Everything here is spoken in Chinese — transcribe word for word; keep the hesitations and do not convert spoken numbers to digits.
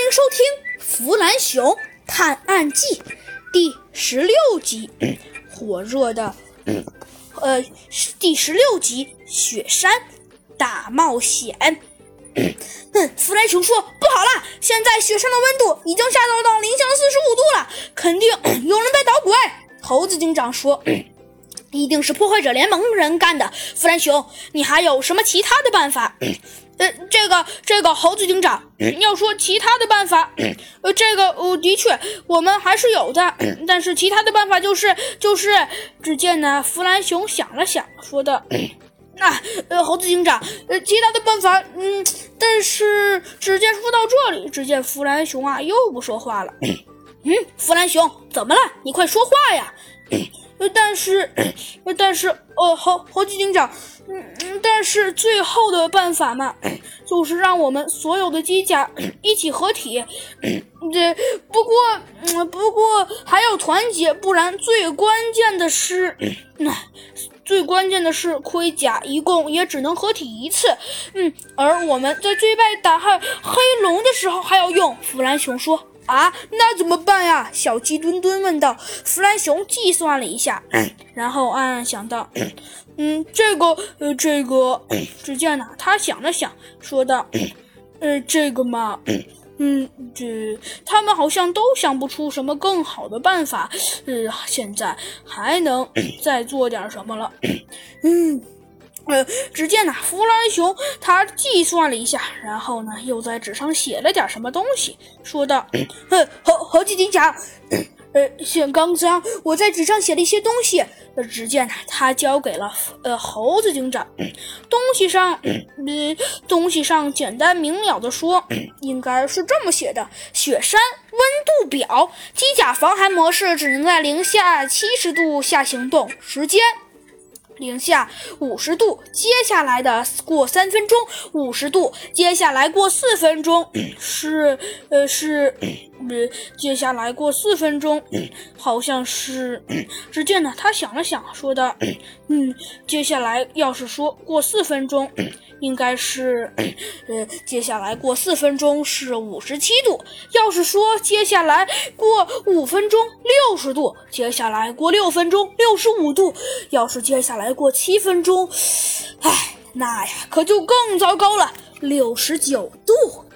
迎收听《弗兰熊探案记》第十六集，火热的，呃，第十六集雪山大冒险。嗯，弗兰熊说：“不好了，现在雪山的温度已经下到到零下四十五度了，肯定有人在捣鬼。”猴子警长说：“一定是破坏者联盟人干的。弗兰熊，你还有什么其他的办法？”呃，这个这个猴子警长，要说其他的办法，呃，这个呃，的确我们还是有的，但是其他的办法就是就是，只见呢，弗兰熊想了想，说的，那、啊、呃，猴子警长，呃，其他的办法，嗯，但是只见说到这里，只见弗兰熊啊又不说话了。嗯，弗兰熊，怎么了？你快说话呀！呃，但是，呃，但是，呃，猴猴子警长，嗯，但是最后的办法嘛，就是让我们所有的机甲一起合体。这不过，嗯，不过还要团结，不然最关键的是，那、嗯、最关键的是盔甲一共也只能合体一次。嗯，而我们在最败打害黑龙的时候还要用。弗兰熊说。啊，那怎么办呀？小鸡墩墩问道。弗兰熊计算了一下，然后暗暗想到，嗯，这个，呃，这个，只见呢，他想了想，说道，呃，这个嘛，嗯，这他们好像都想不出什么更好的办法，呃，现在还能再做点什么了，嗯。呃，只见呢，弗兰熊他计算了一下，然后呢，又在纸上写了点什么东西，说道：“呃，猴猴子警长，呃，像刚刚我在纸上写了一些东西。”呃，只见呢，他交给了呃猴子警长。东西上，呃，东西上简单明了的说，应该是这么写的：雪山温度表，机甲防寒模式只能在零下七十度下行动，时间。零下五十度，接下来的过三分钟，五十度，接下来过四分钟，是呃是呃接下来过四分钟，好像是，只见呢，他想了想，说的，嗯，接下来要是说过四分钟，应该是，呃，接下来过四分钟是五十七度，要是说接下来过五分钟六十度，接下来过六分钟六十五度，要是接下来过七分钟，唉，那呀可就更糟糕了，六十九度。